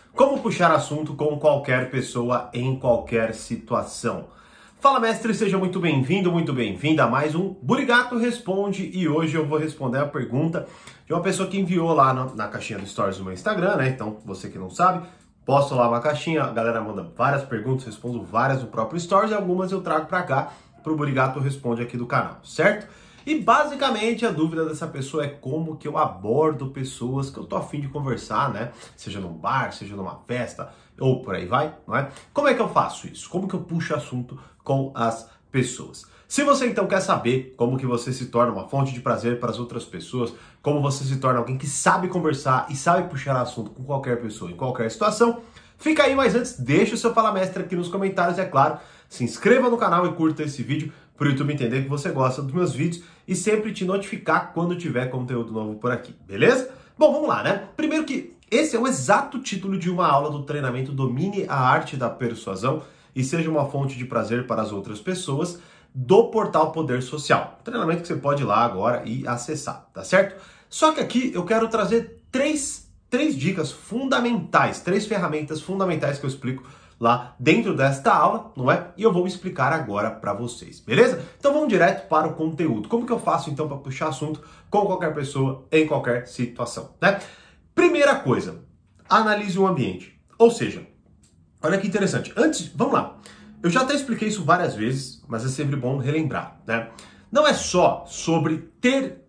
Como puxar assunto com qualquer pessoa em qualquer situação. Fala, mestre, seja muito bem-vindo, muito bem-vinda a mais um Burigato Responde, e hoje eu vou responder a pergunta de uma pessoa que enviou lá na caixinha do Stories do meu Instagram, né? Então, você que não sabe, posto lá uma caixinha, a galera manda várias perguntas, respondo várias no próprio Stories e algumas eu trago pra cá pro Burigato Responde aqui do canal, certo? E basicamente a dúvida dessa pessoa é como que eu abordo pessoas que eu tô a fim de conversar, né? Seja num bar, seja numa festa, ou por aí vai, não é? Como é que eu faço isso? Como que eu puxo assunto com as pessoas? Se você então quer saber como que você se torna uma fonte de prazer para as outras pessoas, como você se torna alguém que sabe conversar e sabe puxar assunto com qualquer pessoa em qualquer situação, fica aí, mas antes deixa o seu Fala Mestre aqui nos comentários, e é claro, se inscreva no canal e curta esse vídeo para o YouTube entender que você gosta dos meus vídeos e sempre te notificar quando tiver conteúdo novo por aqui, beleza? Bom, vamos lá, né? Primeiro que esse é o exato título de uma aula do treinamento Domine a Arte da Persuasão e seja uma fonte de prazer para as outras pessoas do portal Poder Social. Treinamento que você pode ir lá agora e acessar, tá certo? Só que aqui eu quero trazer três dicas fundamentais, três ferramentas fundamentais que eu explico lá dentro desta aula, não é? E eu vou explicar agora para vocês, beleza? Então vamos direto para o conteúdo. Como que eu faço então para puxar assunto com qualquer pessoa em qualquer situação, né? Primeira coisa, analise o ambiente. Ou seja, olha que interessante. Antes, vamos lá. Eu já até expliquei isso várias vezes, mas é sempre bom relembrar, né? Não é só sobre ter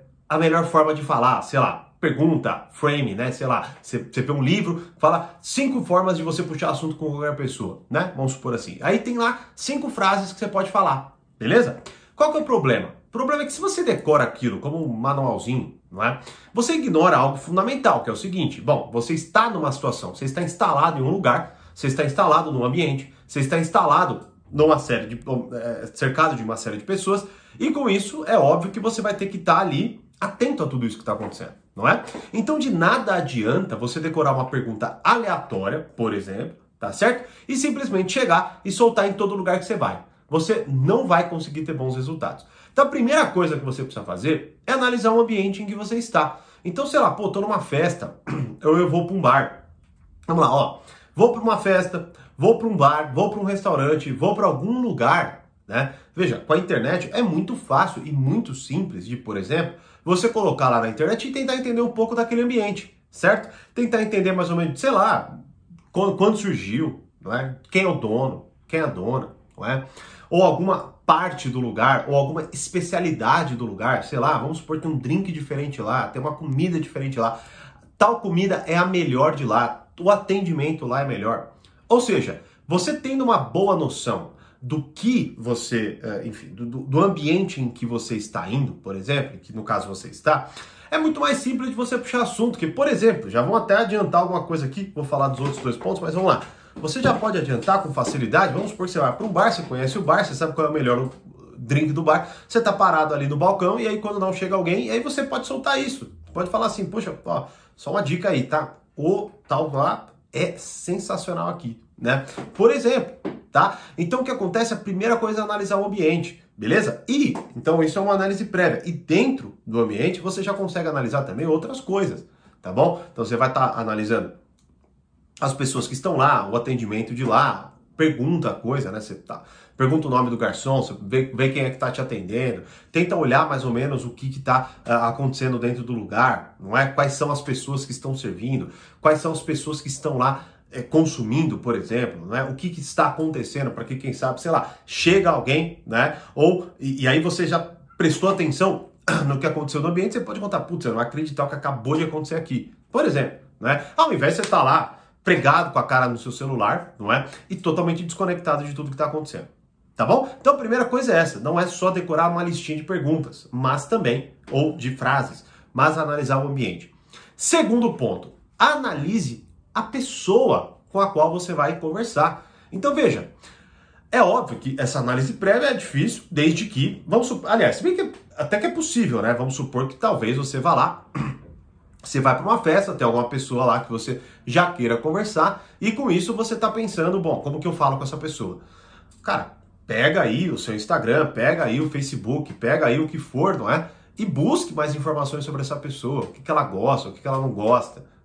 a melhor forma de falar, sei lá, pergunta, frame, né? Sei lá, você vê um livro, fala 5 formas de você puxar assunto com qualquer pessoa, né? Vamos supor assim. Aí tem lá 5 frases que você pode falar, beleza? Qual que é o problema? O problema é que se você decora aquilo como um manualzinho, não é? Você ignora algo fundamental, que é o seguinte: bom, você está numa situação, você está instalado em um lugar, você está instalado num ambiente, você está instalado numa série de cercado de uma série de pessoas, e com isso é óbvio que você vai ter que estar ali atento a tudo isso que está acontecendo, não é? Então de nada adianta você decorar uma pergunta aleatória, por exemplo, tá certo? E simplesmente chegar e soltar em todo lugar que você vai. Você não vai conseguir ter bons resultados. Então a primeira coisa que você precisa fazer é analisar o ambiente em que você está. Então, sei lá, pô, tô numa festa, eu vou para um bar. Vamos lá, ó. Vou para uma festa, vou para um bar, vou para um restaurante, vou para algum lugar, né? Veja, com a internet é muito fácil e muito simples de, por exemplo, você colocar lá na internet e tentar entender um pouco daquele ambiente, certo? Tentar entender mais ou menos, sei lá, quando surgiu, não é? Quem é o dono, quem é a dona, não é? Ou alguma parte do lugar, ou alguma especialidade do lugar, sei lá, vamos supor que tem um drink diferente lá, tem uma comida diferente lá, tal comida é a melhor de lá, o atendimento lá é melhor. Ou seja, você tendo uma boa noção do que você, enfim, do ambiente em que você está indo, por exemplo, que no caso você está, é muito mais simples de você puxar assunto, que, por exemplo, já vamos até adiantar alguma coisa aqui, vou falar dos outros 2 pontos, mas vamos lá. Você já pode adiantar com facilidade, vamos supor que você vai para um bar, você conhece o bar, você sabe qual é o melhor drink do bar, você está parado ali no balcão, e aí quando não chega alguém, aí você pode soltar isso. Pode falar assim: poxa, ó, só uma dica aí, tá? O tal lá é sensacional aqui, né? Por exemplo, tá? Então o que acontece? A primeira coisa é analisar o ambiente, beleza? E, então isso é uma análise prévia. E dentro do ambiente você já consegue analisar também outras coisas, tá bom? Então você vai estar analisando as pessoas que estão lá, o atendimento de lá, pergunta a coisa, né? Você pergunta o nome do garçom, você vê quem é que está te atendendo, tenta olhar mais ou menos o que está acontecendo dentro do lugar, não é? Quais são as pessoas que estão servindo, quais são as pessoas que estão lá consumindo, por exemplo, né? O que está acontecendo para que, quem sabe, sei lá, chega alguém, né? Ou, e aí você já prestou atenção no que aconteceu no ambiente, você pode contar: putz, eu não acredito o que acabou de acontecer aqui, por exemplo, né? Ao invés de você estar lá pregado com a cara no seu celular, não é? E totalmente desconectado de tudo que está acontecendo. Tá bom? Então a primeira coisa é essa: não é só decorar uma listinha de perguntas, mas também, ou de frases, mas analisar o ambiente. Segundo ponto, analise a pessoa com a qual você vai conversar. Então veja, é óbvio que essa análise prévia é difícil, desde que, aliás, se bem que até que é possível, né? Vamos supor que talvez você vá lá, você vai para uma festa, tem alguma pessoa lá que você já queira conversar, e com isso você está pensando: bom, como que eu falo com essa pessoa? Cara, pega aí o seu Instagram, pega aí o Facebook, pega aí o que for, não é? E busque mais informações sobre essa pessoa, o que ela gosta, o que ela não gosta,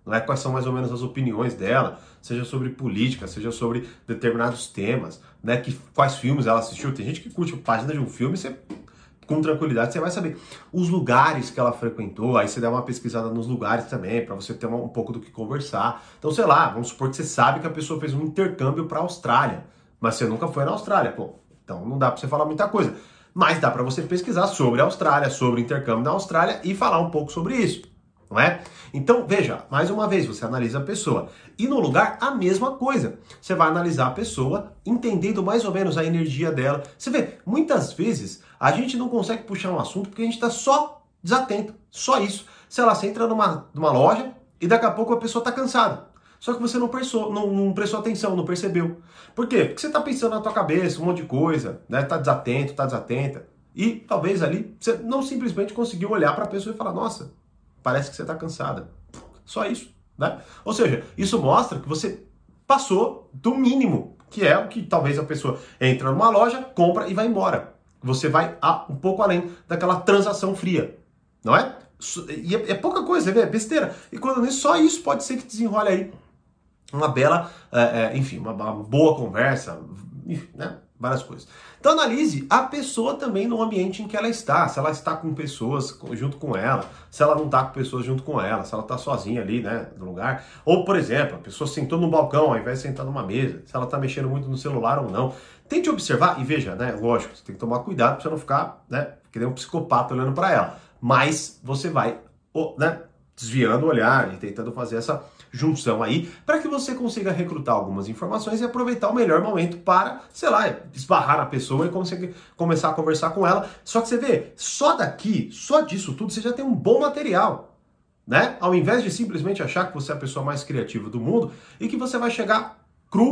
não é? Quais são mais ou menos as opiniões dela, seja sobre política, seja sobre determinados temas, né? Quais filmes ela assistiu. Tem gente que curte a página de um filme, você, com tranquilidade, você vai saber os lugares que ela frequentou, aí você dá uma pesquisada nos lugares também, para você ter um pouco do que conversar. Então, sei lá, vamos supor que você sabe que a pessoa fez um intercâmbio para a Austrália, mas você nunca foi na Austrália, pô. Então não dá para você falar muita coisa. Mas dá para você pesquisar sobre a Austrália, sobre o intercâmbio na Austrália e falar um pouco sobre isso, não é? Então, veja, mais uma vez, você analisa a pessoa. E no lugar, a mesma coisa. Você vai analisar a pessoa, entendendo mais ou menos a energia dela. Você vê, muitas vezes, a gente não consegue puxar um assunto porque a gente está só desatento. Só isso. Sei lá, você entra numa loja e daqui a pouco a pessoa está cansada. Só que você não prestou atenção, não percebeu. Por quê? Porque você está pensando na tua cabeça, um monte de coisa, né? Tá desatento, tá desatenta. E talvez ali você não simplesmente conseguiu olhar para a pessoa e falar, nossa, parece que você está cansada. Só isso, né? Ou seja, isso mostra que você passou do mínimo, que é o que talvez a pessoa entra numa loja, compra e vai embora. Você vai um pouco além daquela transação fria, não é? E é pouca coisa, é besteira. E quando nisso, só isso pode ser que desenrole aí uma bela, enfim, uma boa conversa, enfim, né? Várias coisas. Então analise a pessoa também no ambiente em que ela está. Se ela está com pessoas junto com ela, se ela não está com pessoas junto com ela, se ela está sozinha ali, né, no lugar. Ou, por exemplo, a pessoa sentou no balcão ao invés de sentar numa mesa, se ela está mexendo muito no celular ou não. Tente observar e veja, né, lógico, você tem que tomar cuidado para você não ficar, né, que nem um psicopata olhando para ela. Mas você vai, né, desviando o olhar e tentando fazer essa junção aí, para que você consiga recrutar algumas informações e aproveitar o melhor momento para, sei lá, esbarrar na pessoa e conseguir começar a conversar com ela. Só que você vê, só daqui, só disso tudo, você já tem um bom material, né? Ao invés de simplesmente achar que você é a pessoa mais criativa do mundo e que você vai chegar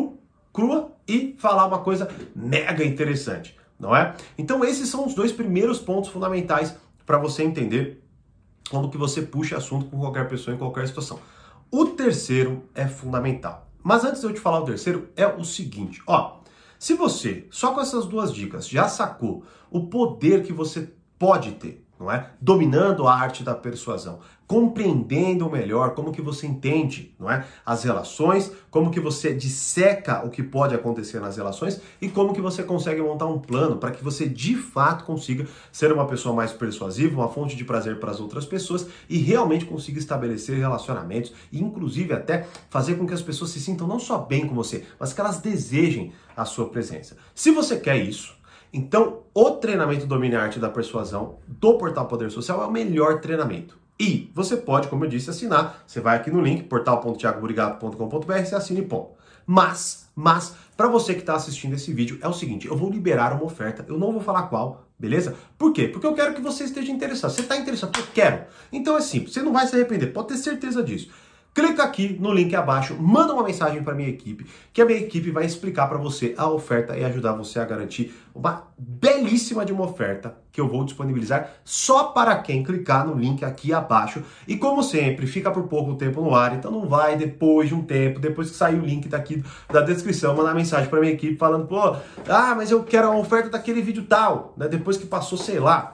crua e falar uma coisa mega interessante, não é? Então esses são os dois primeiros pontos fundamentais para você entender como que você puxa assunto com qualquer pessoa em qualquer situação. O terceiro é fundamental. Mas antes de eu te falar o terceiro, é o seguinte, ó. Se você, só com essas duas dicas, já sacou o poder que você pode ter, não é? Dominando a arte da persuasão, compreendendo melhor como que você entende, não é? As relações, como que você disseca o que pode acontecer nas relações e como que você consegue montar um plano para que você de fato consiga ser uma pessoa mais persuasiva, uma fonte de prazer para as outras pessoas e realmente consiga estabelecer relacionamentos e inclusive até fazer com que as pessoas se sintam não só bem com você, mas que elas desejem a sua presença. Se você quer isso, então, o treinamento Domine a Arte da Persuasão do Portal Poder Social é o melhor treinamento. E você pode, como eu disse, assinar. Você vai aqui no link, portal.thiagoburigato.com.br, você assina e ponto. Mas, para você que está assistindo esse vídeo, é o seguinte, eu vou liberar uma oferta, eu não vou falar qual, beleza? Por quê? Porque eu quero que você esteja interessado. Você está interessado? Eu quero. Então é simples, você não vai se arrepender, pode ter certeza disso. Clica aqui no link abaixo, manda uma mensagem para minha equipe, que a minha equipe vai explicar para você a oferta e ajudar você a garantir uma belíssima de uma oferta que eu vou disponibilizar só para quem clicar no link aqui abaixo. E como sempre, fica por pouco tempo no ar, então não vai depois de um tempo, depois que sair o link daqui da descrição, mandar mensagem para minha equipe falando, pô, mas eu quero a oferta daquele vídeo tal, né? Depois que passou, sei lá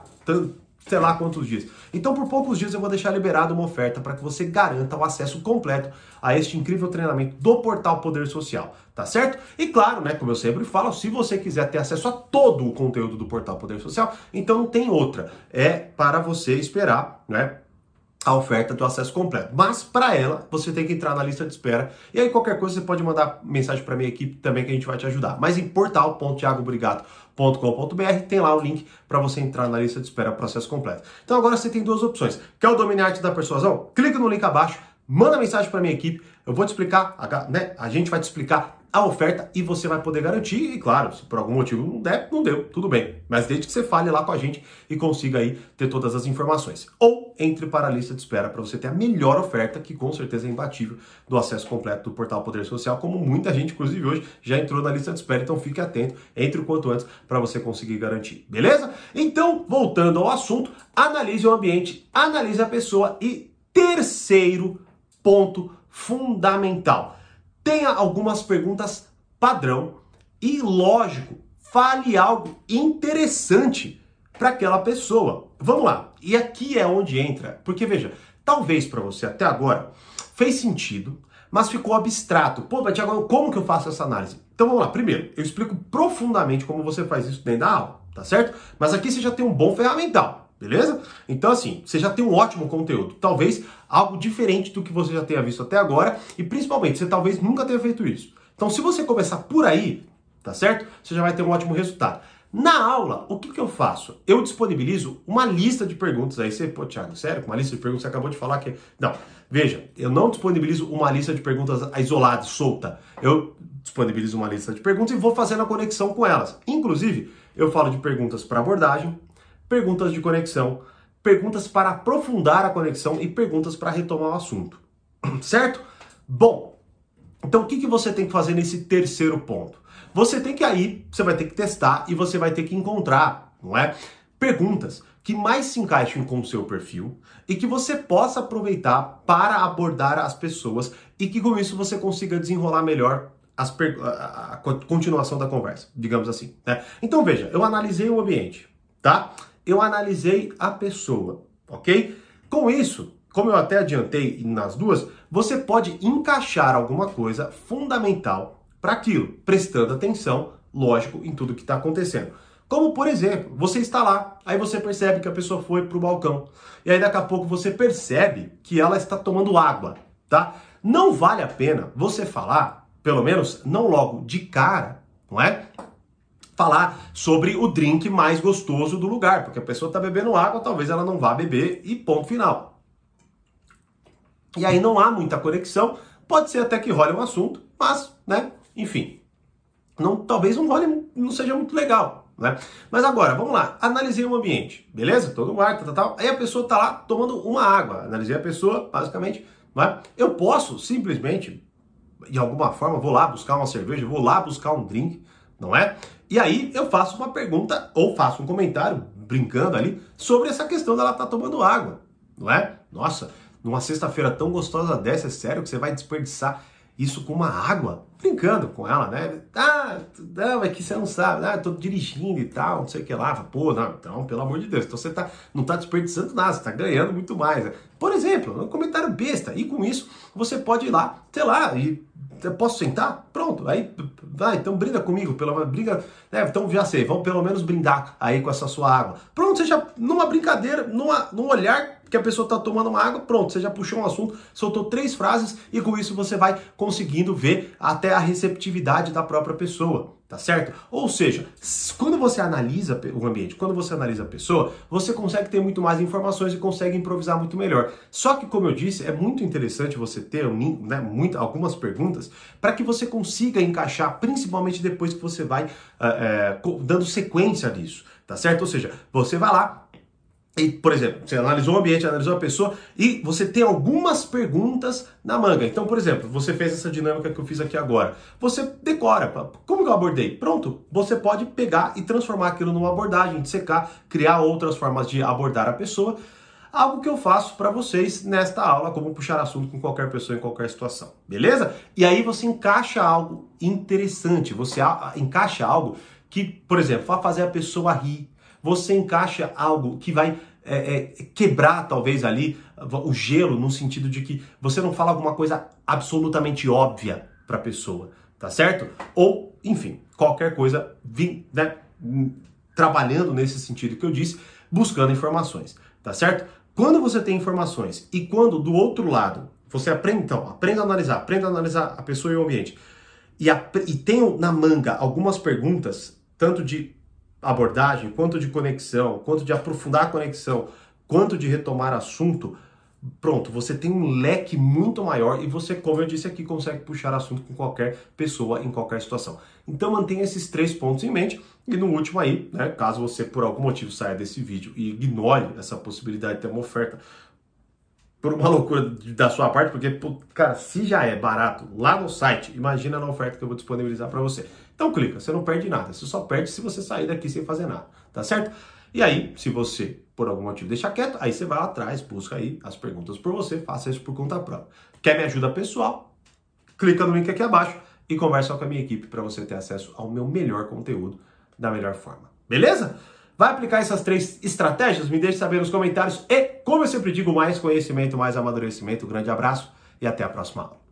quantos dias. Então, por poucos dias eu vou deixar liberado uma oferta para que você garanta o acesso completo a este incrível treinamento do Portal Poder Social, tá certo? E claro, né, como eu sempre falo, se você quiser ter acesso a todo o conteúdo do Portal Poder Social, então não tem outra. É para você esperar, né, a oferta do acesso completo. Mas para ela, você tem que entrar na lista de espera. E aí qualquer coisa você pode mandar mensagem para minha equipe também que a gente vai te ajudar. Mas em portal.thiagoburigato.com.br tem lá o link para você entrar na lista de espera processo completo. Então agora você tem duas opções. Quer o Domine a Arte da Persuasão? Clica no link abaixo, manda mensagem para minha equipe, eu vou te explicar, né? A gente vai te explicar a oferta e você vai poder garantir, e claro, se por algum motivo não der, não deu, tudo bem. Mas desde que você fale lá com a gente e consiga aí ter todas as informações. Ou entre para a lista de espera para você ter a melhor oferta, que com certeza é imbatível, do acesso completo do Portal Poder Social, como muita gente, inclusive hoje, já entrou na lista de espera, então fique atento, entre o quanto antes para você conseguir garantir, beleza? Então, voltando ao assunto, analise o ambiente, analise a pessoa e terceiro ponto fundamental. Tenha algumas perguntas padrão e, lógico, fale algo interessante para aquela pessoa. Vamos lá. E aqui é onde entra, porque veja, talvez para você até agora fez sentido, mas ficou abstrato. Pô, mas Thiago, como que eu faço essa análise? Então vamos lá, primeiro, eu explico profundamente como você faz isso dentro da aula, tá certo? Mas aqui você já tem um bom ferramental, beleza? Então assim, você já tem um ótimo conteúdo, talvez algo diferente do que você já tenha visto até agora e principalmente, você talvez nunca tenha feito isso. Então se você começar por aí, tá certo? Você já vai ter um ótimo resultado. Na aula, o que eu faço? Eu disponibilizo uma lista de perguntas. Aí você, pô, Thiago, sério? Uma lista de perguntas? Você acabou de falar que... Não, veja, eu não disponibilizo uma lista de perguntas isolada, solta. Eu disponibilizo uma lista de perguntas e vou fazendo a conexão com elas. Inclusive, eu falo de perguntas para abordagem, perguntas de conexão, perguntas para aprofundar a conexão e perguntas para retomar o assunto. Certo? Bom, então o que você tem que fazer nesse terceiro ponto? Você tem que você vai ter que testar e você vai ter que encontrar, não é? Perguntas que mais se encaixem com o seu perfil e que você possa aproveitar para abordar as pessoas e que com isso você consiga desenrolar melhor a continuação da conversa, digamos assim, né? Então veja, eu analisei o ambiente, tá? Eu analisei a pessoa, ok? Com isso, como eu até adiantei nas duas, você pode encaixar alguma coisa fundamental para aquilo, prestando atenção, lógico, em tudo que está acontecendo. Como, por exemplo, você está lá, aí você percebe que a pessoa foi para o balcão, e aí daqui a pouco você percebe que ela está tomando água, tá? Não vale a pena você falar, pelo menos não logo de cara, não é? Falar sobre o drink mais gostoso do lugar, porque a pessoa está bebendo água, talvez ela não vá beber e ponto final. E aí não há muita conexão, pode ser até que role um assunto, mas, né, enfim, talvez não seja muito legal, né? Mas agora, vamos lá, analisei o ambiente, beleza? Todo mundo tal. Aí a pessoa tá lá tomando uma água, analisei a pessoa, basicamente, né? Eu posso simplesmente, de alguma forma, vou lá buscar uma cerveja, vou lá buscar um drink, não é? E aí eu faço uma pergunta ou faço um comentário, brincando ali, sobre essa questão dela estar tomando água, não é? Nossa, numa sexta-feira tão gostosa dessa, é sério que você vai desperdiçar isso com uma água? Brincando com ela, né? Não, é que você não sabe, eu tô dirigindo e tal, não sei o que lá. Pô, não, então, pelo amor de Deus, então você não tá desperdiçando nada, você tá ganhando muito mais. Né? Por exemplo, um comentário besta, e com isso você pode ir lá, sei lá, e posso sentar? Pronto, aí, então brinda comigo, brinda, né? Então já sei, vamos pelo menos brindar aí com essa sua água. Pronto, você já, numa brincadeira, num olhar que a pessoa está tomando uma água, pronto, você já puxou um assunto, soltou 3 frases e com isso você vai conseguindo ver até a receptividade da própria pessoa, tá certo? Ou seja, quando você analisa o ambiente, quando você analisa a pessoa, você consegue ter muito mais informações e consegue improvisar muito melhor. Só que, como eu disse, é muito interessante você ter, né, algumas perguntas para que você consiga encaixar, principalmente depois que você vai dando sequência nisso, tá certo? Ou seja, você vai lá, e, por exemplo, você analisou o ambiente, analisou a pessoa e você tem algumas perguntas na manga. Então, por exemplo, você fez essa dinâmica que eu fiz aqui agora. Você decora. Como que eu abordei? Pronto. Você pode pegar e transformar aquilo numa abordagem, dissecar, criar outras formas de abordar a pessoa. Algo que eu faço para vocês nesta aula, como puxar assunto com qualquer pessoa em qualquer situação. Beleza? E aí você encaixa algo interessante. Você encaixa algo que, por exemplo, vai fazer a pessoa rir. Você encaixa algo que vai quebrar, talvez, ali o gelo, no sentido de que você não fala alguma coisa absolutamente óbvia para a pessoa, tá certo? Ou, enfim, qualquer coisa, né, trabalhando nesse sentido que eu disse, buscando informações, tá certo? Quando você tem informações e quando, do outro lado, você aprenda a analisar a pessoa e o ambiente, e tem na manga algumas perguntas, tanto de abordagem, quanto de conexão, quanto de aprofundar a conexão, quanto de retomar assunto, pronto, você tem um leque muito maior e você, como eu disse aqui, consegue puxar assunto com qualquer pessoa em qualquer situação. Então mantenha esses 3 pontos em mente e no último aí, né, caso você por algum motivo saia desse vídeo e ignore essa possibilidade de ter uma oferta por uma loucura da sua parte, porque, cara, se já é barato lá no site, imagina na oferta que eu vou disponibilizar para você. Então clica, você não perde nada, você só perde se você sair daqui sem fazer nada, tá certo? E aí, se você, por algum motivo, deixar quieto, aí você vai lá atrás, busca aí as perguntas por você, faça isso por conta própria. Quer minha ajuda pessoal? Clica no link aqui abaixo e conversa com a minha equipe para você ter acesso ao meu melhor conteúdo da melhor forma. Beleza? Vai aplicar essas 3 estratégias? Me deixe saber nos comentários. E, como eu sempre digo, mais conhecimento, mais amadurecimento. Um grande abraço e até a próxima aula.